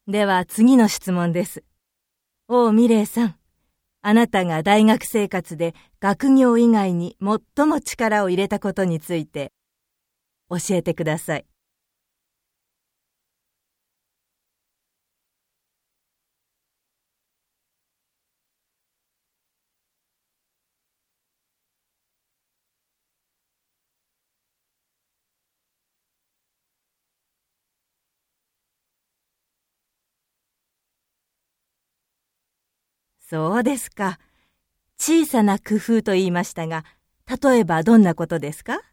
では次の質問です。王美玲さん、あなたが大学生活で学業以外に最も力を入れたことについて教えてください。そうですか。小さな工夫と言いましたが、例えばどんなことですか？